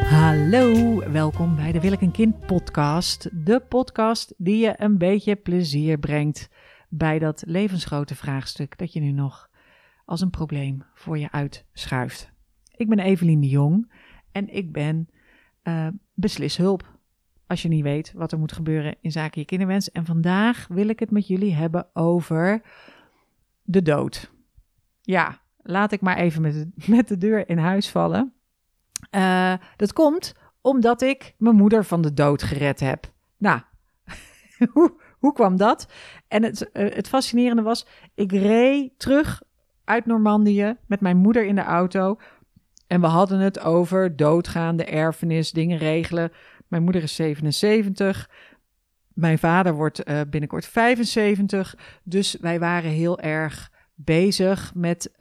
Hallo, welkom bij de Wil ik een kind podcast. De podcast die je een beetje plezier brengt bij dat levensgrote vraagstuk dat je nu nog als een probleem voor je uitschuift. Ik ben Evelien de Jong en ik ben beslishulp. Als je niet weet wat er moet gebeuren in zaken je kinderwens. En vandaag wil ik het met jullie hebben over de dood. Ja, laat ik maar even met de deur in huis vallen. Dat komt omdat ik mijn moeder van de dood gered heb. Nou, hoe kwam dat? En het fascinerende was, ik reed terug uit Normandië met mijn moeder in de auto. En we hadden het over doodgaan, de erfenis, dingen regelen. Mijn moeder is 77. Mijn vader wordt binnenkort 75. Dus wij waren heel erg bezig met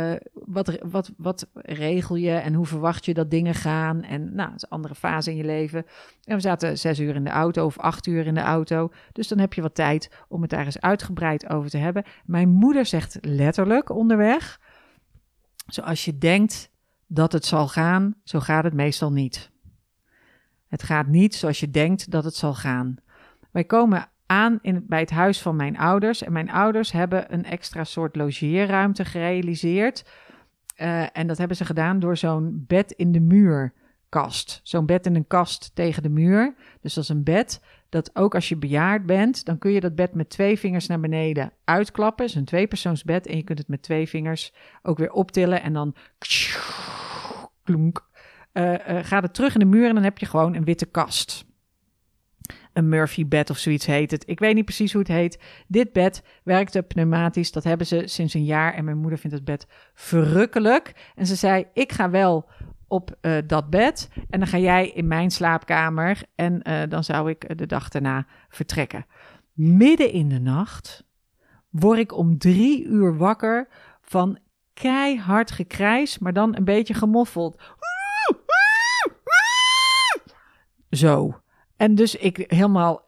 wat regel je en hoe verwacht je dat dingen gaan. En nou, dat is een andere fase in je leven. En we zaten 6 uur in de auto of 8 uur in de auto. Dus dan heb je wat tijd om het daar eens uitgebreid over te hebben. Mijn moeder zegt letterlijk onderweg: zoals je denkt dat het zal gaan, zo gaat het meestal niet. Het gaat niet zoals je denkt dat het zal gaan. Wij komen aan bij het huis van mijn ouders. En mijn ouders hebben een extra soort logeerruimte gerealiseerd. En dat hebben ze gedaan door zo'n bed in de muurkast. Zo'n bed in een kast tegen de muur. Dus dat is een bed dat ook als je bejaard bent, dan kun je dat bed met 2 vingers naar beneden uitklappen. Het is een 2-persoonsbed en je kunt het met 2 vingers ook weer optillen. En dan klonk, gaat het terug in de muur en dan heb je gewoon een witte kast. Een Murphy bed of zoiets heet het. Ik weet niet precies hoe het heet. Dit bed werkte pneumatisch. Dat hebben ze sinds een jaar. En mijn moeder vindt het bed verrukkelijk. En ze zei, ik ga wel op dat bed. En dan ga jij in mijn slaapkamer. En dan zou ik de dag daarna vertrekken. Midden in de nacht word ik om 3 uur wakker van keihard gekrijs. Maar dan een beetje gemoffeld. Zo. En dus ik helemaal,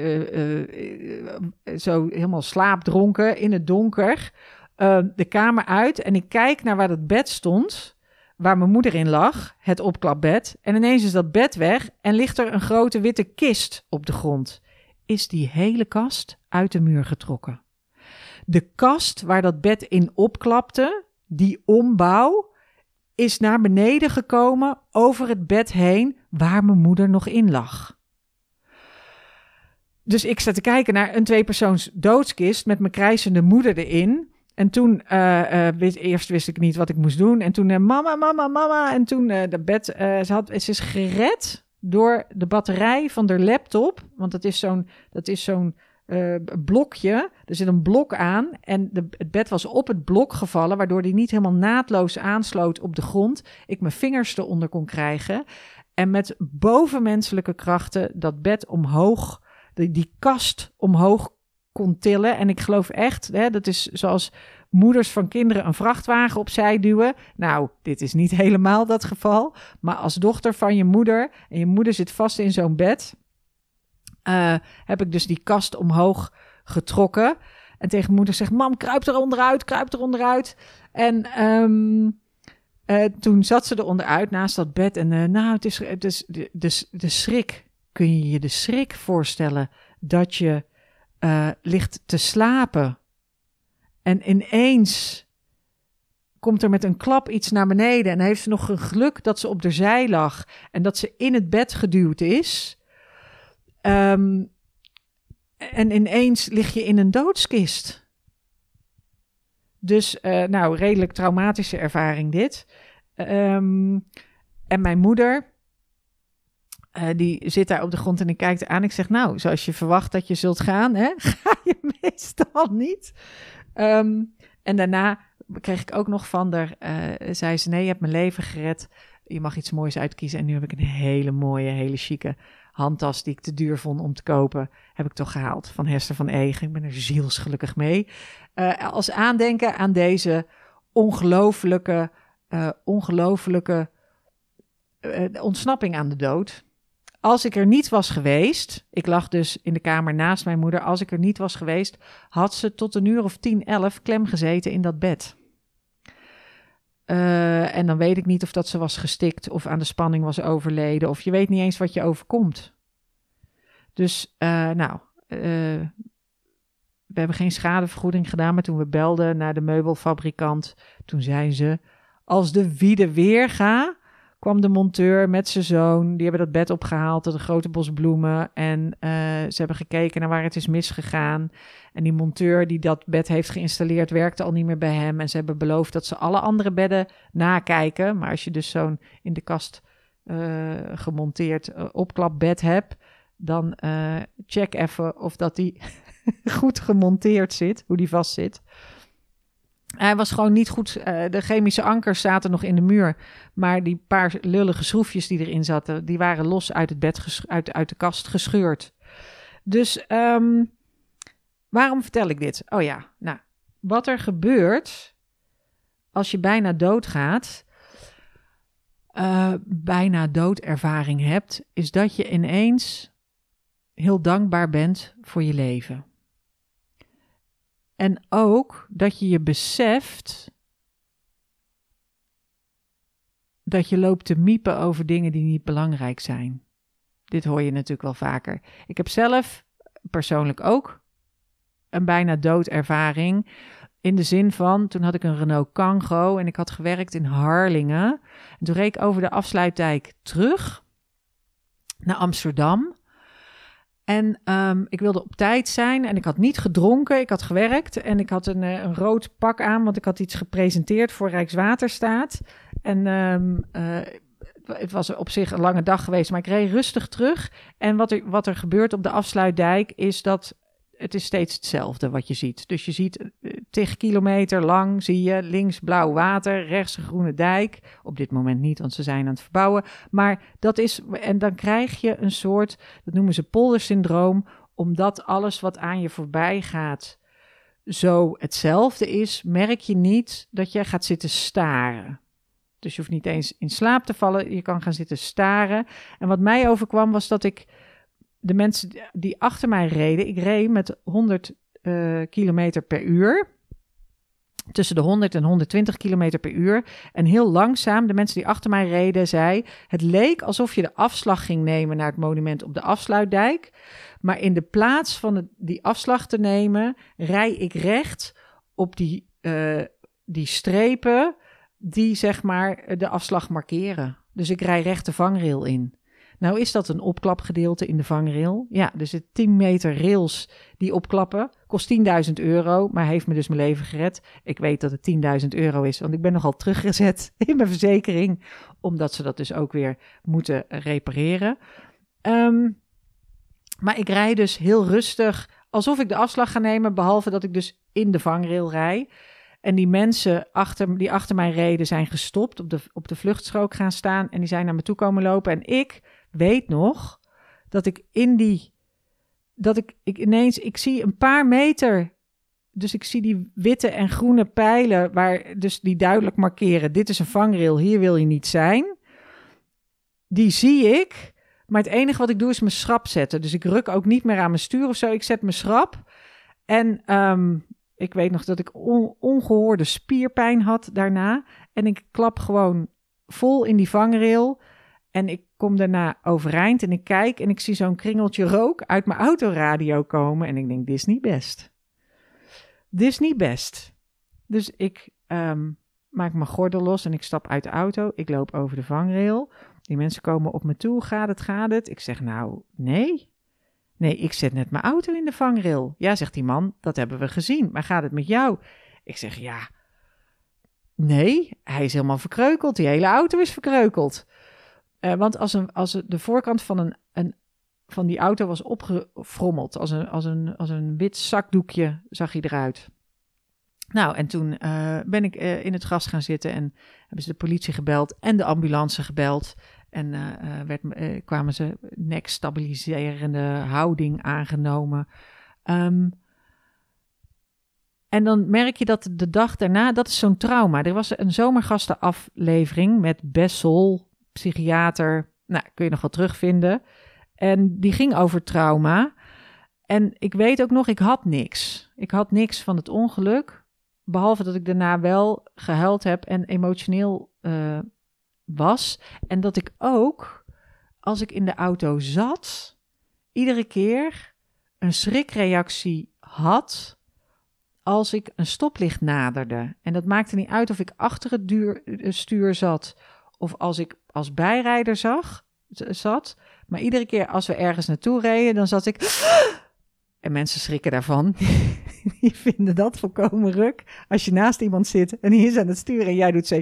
helemaal slaapdronken in het donker de kamer uit. En ik kijk naar waar dat bed stond, waar mijn moeder in lag, het opklapbed. En ineens is dat bed weg en ligt er een grote witte kist op de grond. Is die hele kast uit de muur getrokken. De kast waar dat bed in opklapte, die ombouw, is naar beneden gekomen over het bed heen waar mijn moeder nog in lag. Dus ik sta te kijken naar een 2-persoons doodskist met mijn krijsende moeder erin. En toen, eerst wist ik niet wat ik moest doen. En toen, mama. En toen, de bed, ze is gered door de batterij van haar laptop. Want dat is zo'n blokje. Er zit een blok aan en het bed was op het blok gevallen, waardoor die niet helemaal naadloos aansloot op de grond. Ik mijn vingers eronder kon krijgen. En met bovenmenselijke krachten dat bed omhoog, die kast omhoog kon tillen. En ik geloof echt, dat is zoals moeders van kinderen een vrachtwagen opzij duwen. Nou, dit is niet helemaal dat geval. Maar als dochter van je moeder, en je moeder zit vast in zo'n bed, heb ik dus die kast omhoog getrokken. En tegen moeder zegt, mam, kruip er onderuit. En toen zat ze er onderuit naast dat bed. En het is de schrik. Kun je je de schrik voorstellen dat je ligt te slapen en ineens komt er met een klap iets naar beneden en heeft ze nog een geluk dat ze op de zij lag en dat ze in het bed geduwd is. En ineens lig je in een doodskist. Dus, redelijk traumatische ervaring dit. En mijn moeder, die zit daar op de grond en ik kijk haar aan. Ik zeg, nou, zoals je verwacht dat je zult gaan, hè, ga je meestal niet. En daarna kreeg ik ook nog van haar, zei ze, nee, je hebt mijn leven gered. Je mag iets moois uitkiezen. En nu heb ik een hele mooie, hele chique handtas die ik te duur vond om te kopen, heb ik toch gehaald van Hester van Eegen. Ik ben er zielsgelukkig mee. Als aandenken aan deze ongelofelijke ontsnapping aan de dood. Als ik er niet was geweest, ik lag dus in de kamer naast mijn moeder, als ik er niet was geweest, had ze tot 10:00 of 10, 11 klem gezeten in dat bed. En dan weet ik niet of dat ze was gestikt of aan de spanning was overleden. Of je weet niet eens wat je overkomt. Dus we hebben geen schadevergoeding gedaan. Maar toen we belden naar de meubelfabrikant, toen zei ze, als de wiede weer gaat, kwam de monteur met zijn zoon. Die hebben dat bed opgehaald tot een grote bos bloemen. En ze hebben gekeken naar waar het is misgegaan. En die monteur die dat bed heeft geïnstalleerd, werkte al niet meer bij hem. En ze hebben beloofd dat ze alle andere bedden nakijken. Maar als je dus zo'n in de kast gemonteerd opklapbed hebt, dan check even of dat die goed gemonteerd zit, hoe die vast zit. Hij was gewoon niet goed. De chemische ankers zaten nog in de muur. Maar die paar lullige schroefjes die erin zaten, die waren los uit het bed, uit de kast gescheurd. Dus waarom vertel ik dit? Oh ja, nou, wat er gebeurt als je bijna doodgaat, bijna doodervaring hebt, is dat je ineens heel dankbaar bent voor je leven. En ook dat je beseft dat je loopt te miepen over dingen die niet belangrijk zijn. Dit hoor je natuurlijk wel vaker. Ik heb zelf persoonlijk ook een bijna doodervaring. In de zin van, toen had ik een Renault Kangoo en ik had gewerkt in Harlingen. En toen reed ik over de afsluitdijk terug naar Amsterdam. En ik wilde op tijd zijn en ik had niet gedronken. Ik had gewerkt en ik had een rood pak aan, want ik had iets gepresenteerd voor Rijkswaterstaat. En het was op zich een lange dag geweest, maar ik reed rustig terug. En wat er gebeurt op de afsluitdijk is dat het is steeds hetzelfde wat je ziet. Dus je ziet 10 kilometer lang, zie je links blauw water, rechts een groene dijk. Op dit moment niet, want ze zijn aan het verbouwen. Maar dat is, en dan krijg je een soort, dat noemen ze poldersyndroom, omdat alles wat aan je voorbij gaat zo hetzelfde is, merk je niet dat je gaat zitten staren. Dus je hoeft niet eens in slaap te vallen, je kan gaan zitten staren. En wat mij overkwam was dat ik de mensen die achter mij reden, ik reed met 100 kilometer per uur. Tussen de 100 en 120 kilometer per uur. En heel langzaam, de mensen die achter mij reden, zei, het leek alsof je de afslag ging nemen naar het monument op de afsluitdijk. Maar in de plaats van die afslag te nemen, rij ik recht op die strepen die zeg maar de afslag markeren. Dus ik rij recht de vangrail in. Nou is dat een opklapgedeelte in de vangrail. Ja, dus het 10 meter rails die opklappen kost €10.000, maar heeft me dus mijn leven gered. Ik weet dat het €10.000 is, want ik ben nogal teruggezet in mijn verzekering, omdat ze dat dus ook weer moeten repareren. Maar ik rij dus heel rustig, alsof ik de afslag ga nemen, behalve dat ik dus in de vangrail rij. En die mensen die achter mij reden zijn gestopt, op de vluchtstrook gaan staan en die zijn naar me toe komen lopen. En ik weet nog dat ik ik zie een paar meter, dus ik zie die witte en groene pijlen dus die duidelijk markeren, dit is een vangrail, hier wil je niet zijn. Die zie ik, maar het enige wat ik doe is mijn schrap zetten. Dus ik ruk ook niet meer aan mijn stuur of zo, ik zet mijn schrap. En ik weet nog dat ik ongehoorde spierpijn had daarna. En ik klap gewoon vol in die vangrail. En ik kom daarna overeind en ik kijk en ik zie zo'n kringeltje rook uit mijn autoradio komen. En ik denk, dit is niet best. Dit is niet best. Dus ik maak mijn gordel los en ik stap uit de auto. Ik loop over de vangrail. Die mensen komen op me toe. Gaat het? Ik zeg, nou, nee. Nee, ik zet net mijn auto in de vangrail. Ja, zegt die man, dat hebben we gezien. Maar gaat het met jou? Ik zeg, ja. Nee, hij is helemaal verkreukeld. Die hele auto is verkreukeld. Want als de voorkant van die auto was opgefrommeld, als een wit zakdoekje zag hij eruit. Nou, en toen ben ik in het gras gaan zitten en hebben ze de politie gebeld en de ambulance gebeld. En kwamen ze nekstabiliserende houding aangenomen. En dan merk je dat de dag daarna, dat is zo'n trauma. Er was een zomergastenaflevering met Bessel, psychiater, nou, kun je nog wel terugvinden. En die ging over trauma. En ik weet ook nog, ik had niks. Ik had niks van het ongeluk, behalve dat ik daarna wel gehuild heb en emotioneel was. En dat ik ook, als ik in de auto zat, iedere keer een schrikreactie had als ik een stoplicht naderde. En dat maakte niet uit of ik achter het stuur zat of als ik als bijrijder zat. Maar iedere keer als we ergens naartoe reden, dan zat ik... En mensen schrikken daarvan. Die vinden dat volkomen ruk. Als je naast iemand zit en die is aan het sturen en jij doet zo...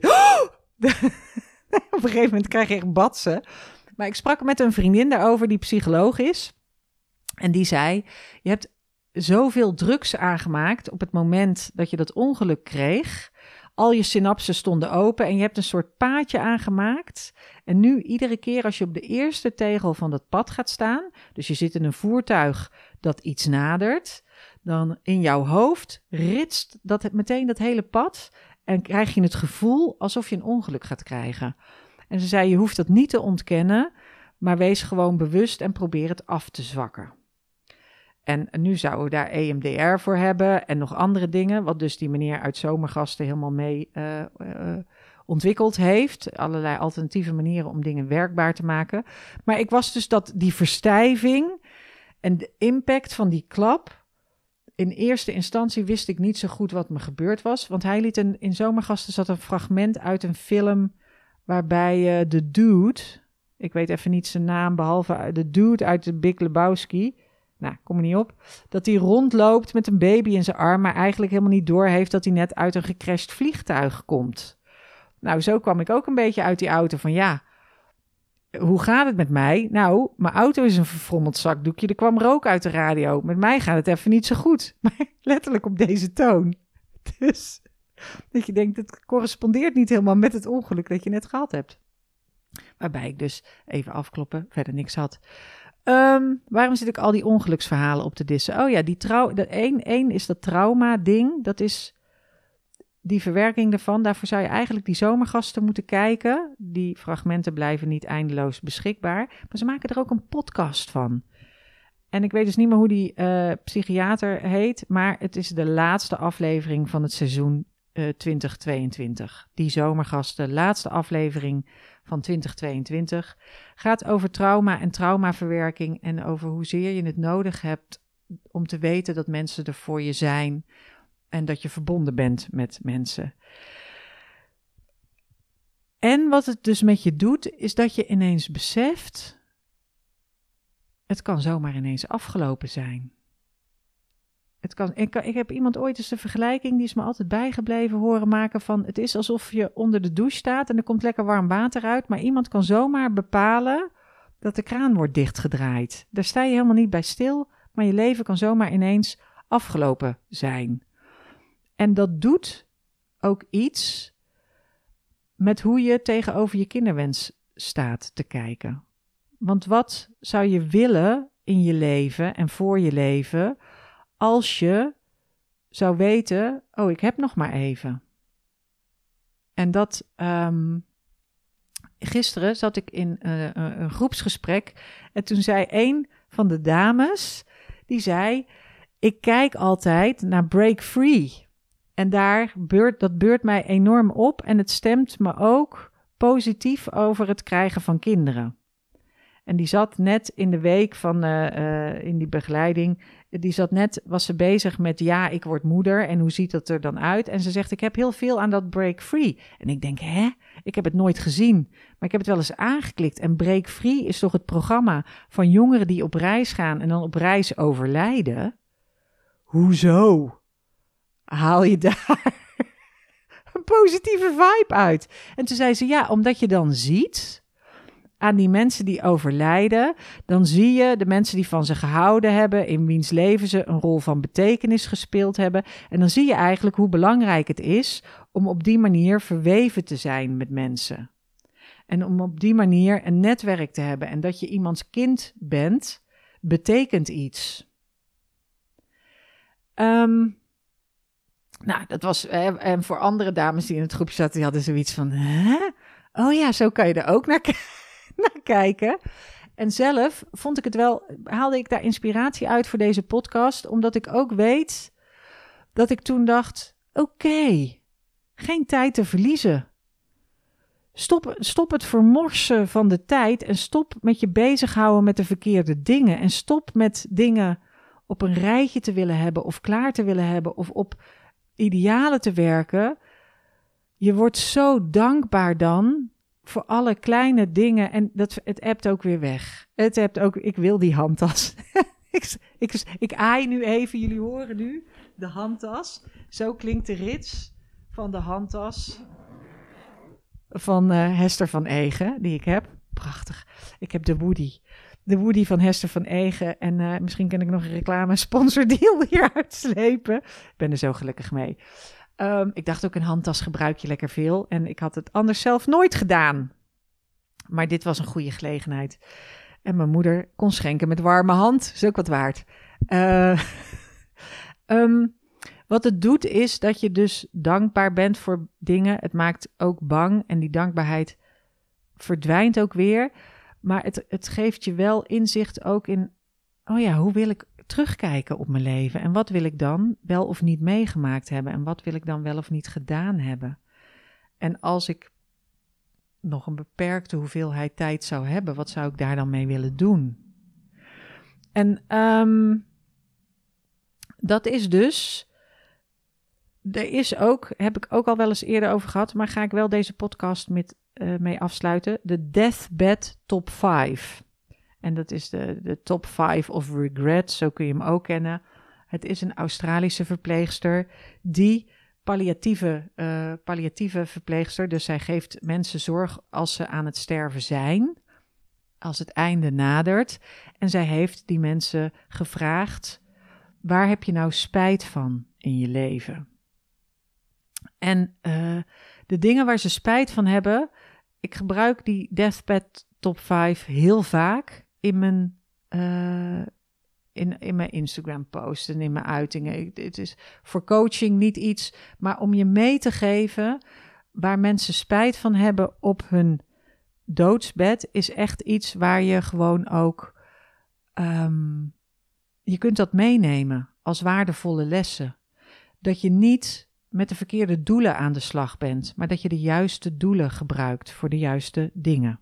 Op een gegeven moment krijg je echt batsen. Maar ik sprak met een vriendin daarover die psycholoog is. En die zei, je hebt zoveel drugs aangemaakt op het moment dat je dat ongeluk kreeg. Al je synapsen stonden open en je hebt een soort paadje aangemaakt. En nu iedere keer als je op de eerste tegel van dat pad gaat staan, dus je zit in een voertuig dat iets nadert, dan in jouw hoofd ritst meteen dat hele pad en krijg je het gevoel alsof je een ongeluk gaat krijgen. En ze zei, je hoeft dat niet te ontkennen, maar wees gewoon bewust en probeer het af te zwakken. En nu zouden we daar EMDR voor hebben en nog andere dingen, wat dus die meneer uit Zomergasten helemaal mee ontwikkeld heeft. Allerlei alternatieve manieren om dingen werkbaar te maken. Maar ik was dus die verstijving en de impact van die klap. In eerste instantie wist ik niet zo goed wat me gebeurd was, want hij liet in Zomergasten zat een fragment uit een film waarbij de dude, ik weet even niet zijn naam, behalve de dude uit de Big Lebowski, nou, kom er niet op, dat hij rondloopt met een baby in zijn arm, maar eigenlijk helemaal niet doorheeft dat hij net uit een gecrashed vliegtuig komt. Nou, zo kwam ik ook een beetje uit die auto van ja, hoe gaat het met mij? Nou, mijn auto is een verfrommeld zakdoekje, er kwam rook uit de radio. Met mij gaat het even niet zo goed, maar letterlijk op deze toon. Dus dat je denkt, het correspondeert niet helemaal met het ongeluk dat je net gehad hebt. Waarbij ik dus, even afkloppen, verder niks had. Waarom zit ik al die ongeluksverhalen op te dissen? Oh ja, één is dat trauma-ding. Dat is die verwerking daarvan. Daarvoor zou je eigenlijk die Zomergasten moeten kijken. Die fragmenten blijven niet eindeloos beschikbaar. Maar ze maken er ook een podcast van. En ik weet dus niet meer hoe die psychiater heet. Maar het is de laatste aflevering van het seizoen 2022. Die Zomergasten, laatste aflevering van 2022, gaat over trauma en traumaverwerking en over hoezeer je het nodig hebt om te weten dat mensen er voor je zijn en dat je verbonden bent met mensen. En wat het dus met je doet, is dat je ineens beseft, het kan zomaar ineens afgelopen zijn. Ik heb iemand ooit eens de vergelijking, die is me altijd bijgebleven, horen maken van, het is alsof je onder de douche staat en er komt lekker warm water uit, maar iemand kan zomaar bepalen dat de kraan wordt dichtgedraaid. Daar sta je helemaal niet bij stil, maar je leven kan zomaar ineens afgelopen zijn. En dat doet ook iets met hoe je tegenover je kinderwens staat te kijken. Want wat zou je willen in je leven en voor je leven als je zou weten, oh, ik heb nog maar even. En dat, gisteren zat ik in een groepsgesprek en toen zei een van de dames, die zei, ik kijk altijd naar Break Free. En dat beurt mij enorm op en het stemt me ook positief over het krijgen van kinderen. En die zat net in de week in die begeleiding, was ze bezig met, ja, ik word moeder en hoe ziet dat er dan uit? En ze zegt, ik heb heel veel aan dat Break Free. En ik denk, ik heb het nooit gezien, maar ik heb het wel eens aangeklikt. En Break Free is toch het programma van jongeren die op reis gaan en dan op reis overlijden? Hoezo haal je daar een positieve vibe uit? En toen zei ze, ja, omdat je dan ziet aan die mensen die overlijden, dan zie je de mensen die van ze gehouden hebben, in wiens leven ze een rol van betekenis gespeeld hebben. En dan zie je eigenlijk hoe belangrijk het is om op die manier verweven te zijn met mensen. En om op die manier een netwerk te hebben. En dat je iemands kind bent, betekent iets. Nou, dat was, en voor andere dames die in het groepje zaten, die hadden zoiets van, oh ja, zo kan je er ook naar kijken. En zelf haalde ik daar inspiratie uit voor deze podcast, omdat ik ook weet dat ik toen dacht, oké, geen tijd te verliezen. Stop het vermorsen van de tijd en stop met je bezighouden met de verkeerde dingen. En stop met dingen op een rijtje te willen hebben of klaar te willen hebben of op idealen te werken. Je wordt zo dankbaar dan voor alle kleine dingen en het ebt ook weer weg. Het ebt ook, ik wil die handtas. ik aai nu even, jullie horen nu de handtas. Zo klinkt de rits van de handtas van Hester van Eegen, die ik heb. Prachtig. Ik heb de Woody. De Woody van Hester van Eegen. En misschien kan ik nog een reclame-sponsordeal hier uitslepen. Ik ben er zo gelukkig mee. Ik dacht ook, een handtas gebruik je lekker veel. En ik had het anders zelf nooit gedaan. Maar dit was een goede gelegenheid. En mijn moeder kon schenken met warme hand. Is ook wat waard. Wat het doet is dat je dus dankbaar bent voor dingen. Het maakt ook bang en die dankbaarheid verdwijnt ook weer. Maar het geeft je wel inzicht ook in, oh ja, hoe wil ik terugkijken op mijn leven? En wat wil ik dan wel of niet meegemaakt hebben? En wat wil ik dan wel of niet gedaan hebben? En als ik nog een beperkte hoeveelheid tijd zou hebben, wat zou ik daar dan mee willen doen? En dat is dus, er is ook, heb ik ook al wel eens eerder over gehad, maar ga ik wel deze podcast mee afsluiten, de Deathbed Top 5. En dat is de Top 5 of Regret, zo kun je hem ook kennen. Het is een Australische verpleegster die palliatieve verpleegster, dus zij geeft mensen zorg als ze aan het sterven zijn, als het einde nadert. En zij heeft die mensen gevraagd, waar heb je nou spijt van in je leven? En de dingen waar ze spijt van hebben, ik gebruik die Deathbed Top 5 heel vaak in mijn Instagram posts en in mijn uitingen. Het is voor coaching niet iets, maar om je mee te geven waar mensen spijt van hebben op hun doodsbed, is echt iets waar je gewoon ook, je kunt dat meenemen als waardevolle lessen. Dat je niet met de verkeerde doelen aan de slag bent, maar dat je de juiste doelen gebruikt voor de juiste dingen.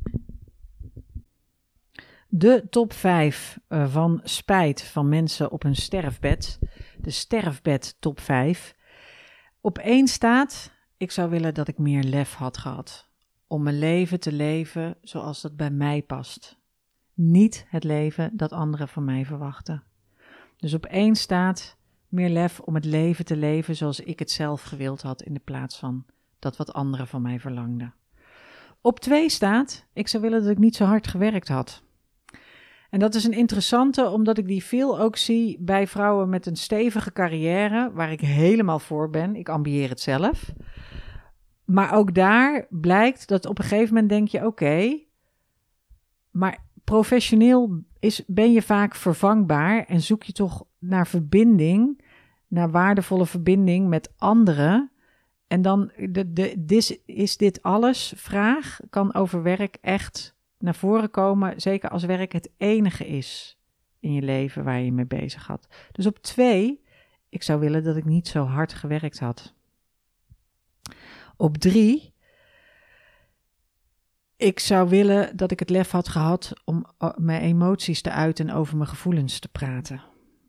De top 5 van spijt van mensen op hun sterfbed. De sterfbed top 5. Op 1 staat, ik zou willen dat ik meer lef had gehad. Om mijn leven te leven zoals dat bij mij past. Niet het leven dat anderen van mij verwachten. Dus op 1 staat, meer lef om het leven te leven zoals ik het zelf gewild had in de plaats van dat wat anderen van mij verlangden. Op 2 staat, ik zou willen dat ik niet zo hard gewerkt had. En dat is een interessante, omdat ik die veel ook zie bij vrouwen met een stevige carrière, waar ik helemaal voor ben. Ik ambieer het zelf. Maar ook daar blijkt dat op een gegeven moment denk je, oké, maar professioneel ben je vaak vervangbaar en zoek je toch naar verbinding, naar waardevolle verbinding met anderen. En dan is dit alles vraag, kan over werk echt naar voren komen, zeker als werk het enige is in je leven waar je je mee bezig had. Dus op 2, ik zou willen dat ik niet zo hard gewerkt had. Op 3, ik zou willen dat ik het lef had gehad om mijn emoties te uiten en over mijn gevoelens te praten.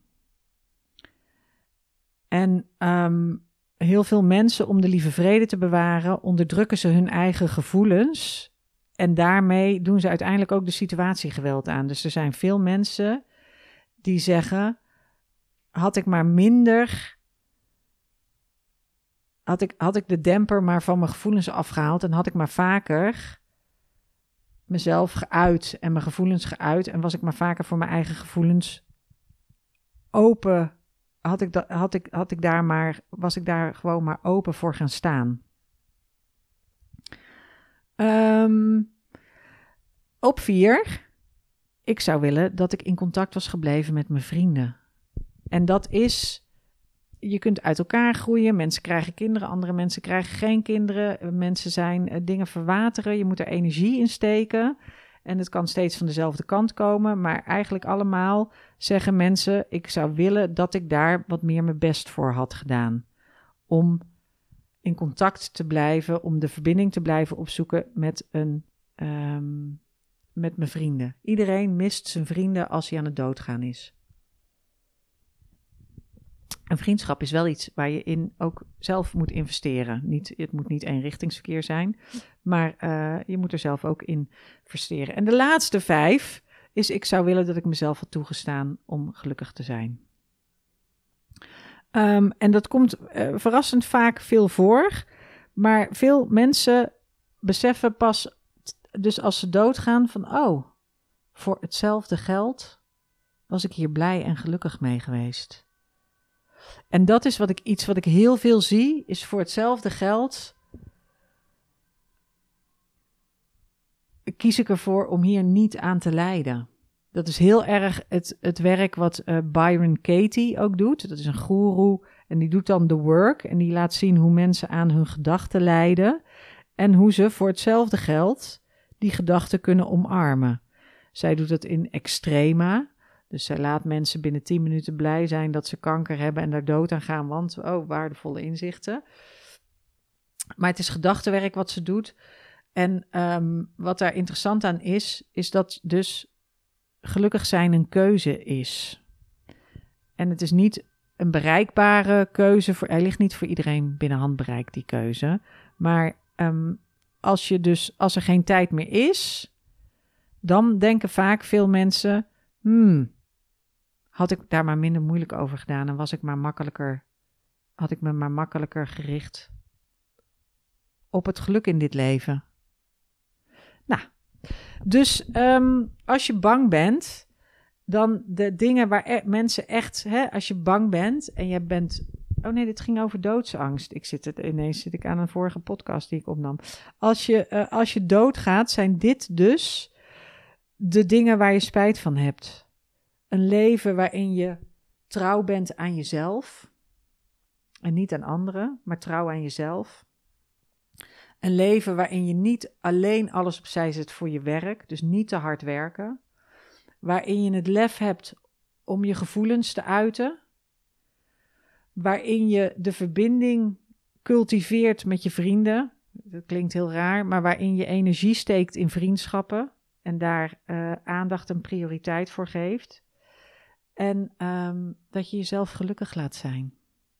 En heel veel mensen, om de lieve vrede te bewaren, onderdrukken ze hun eigen gevoelens. En daarmee doen ze uiteindelijk ook de situatie geweld aan. Dus er zijn veel mensen die zeggen, had ik maar minder, had ik de demper maar van mijn gevoelens afgehaald en had ik maar vaker mezelf geuit en mijn gevoelens geuit en was ik maar vaker voor mijn eigen gevoelens open, was ik daar gewoon maar open voor gaan staan. Op 4, ik zou willen dat ik in contact was gebleven met mijn vrienden. En dat is, je kunt uit elkaar groeien, mensen krijgen kinderen, andere mensen krijgen geen kinderen, mensen zijn dingen verwateren, je moet er energie in steken en het kan steeds van dezelfde kant komen, maar eigenlijk allemaal zeggen mensen, ik zou willen dat ik daar wat meer mijn best voor had gedaan, om in contact te blijven, om de verbinding te blijven opzoeken met met mijn vrienden. Iedereen mist zijn vrienden als hij aan het doodgaan is. Een vriendschap is wel iets waar je in ook zelf moet investeren. Het moet niet eenrichtingsverkeer zijn, maar je moet er zelf ook in investeren. En de laatste 5 is: ik zou willen dat ik mezelf had toegestaan om gelukkig te zijn. En dat komt verrassend vaak veel voor, maar veel mensen beseffen pas, dus als ze doodgaan, van voor hetzelfde geld was ik hier blij en gelukkig mee geweest. En dat is iets wat ik heel veel zie, is voor hetzelfde geld kies ik ervoor om hier niet aan te lijden. Dat is heel erg het werk wat Byron Katie ook doet. Dat is een goeroe en die doet dan The Work en die laat zien hoe mensen aan hun gedachten lijden en hoe ze voor hetzelfde geld die gedachten kunnen omarmen. Zij doet het in extrema. Dus zij laat mensen binnen 10 minuten blij zijn dat ze kanker hebben en daar dood aan gaan, want waardevolle inzichten. Maar het is gedachtenwerk wat ze doet. En wat daar interessant aan is dat dus gelukkig zijn een keuze is. En het is niet een bereikbare keuze. Hij ligt niet voor iedereen binnen handbereik, die keuze. Maar als er geen tijd meer is, dan denken vaak veel mensen, had ik daar maar minder moeilijk over gedaan en had ik me maar makkelijker gericht op het geluk in dit leven. Nou, dus als je bang bent, dan de dingen waar mensen echt, als je bang bent en je bent, dit ging over doodsangst. Ineens zit ik aan een vorige podcast die ik opnam. Als je doodgaat, zijn dit dus de dingen waar je spijt van hebt. Een leven waarin je trouw bent aan jezelf en niet aan anderen, maar trouw aan jezelf. Een leven waarin je niet alleen alles opzij zet voor je werk, dus niet te hard werken. Waarin je het lef hebt om je gevoelens te uiten. Waarin je de verbinding cultiveert met je vrienden. Dat klinkt heel raar, maar waarin je energie steekt in vriendschappen en daar aandacht en prioriteit voor geeft. En dat je jezelf gelukkig laat zijn.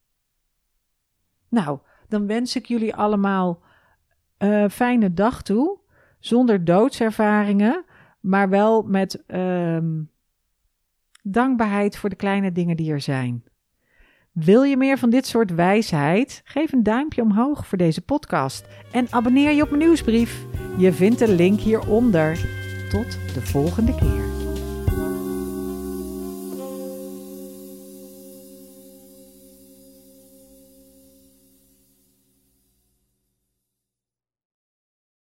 Nou, dan wens ik jullie allemaal fijne dag toe. Zonder doodservaringen, maar wel met dankbaarheid voor de kleine dingen die er zijn. Wil je meer van dit soort wijsheid? Geef een duimpje omhoog voor deze podcast. En abonneer je op mijn nieuwsbrief. Je vindt de link hieronder. Tot de volgende keer.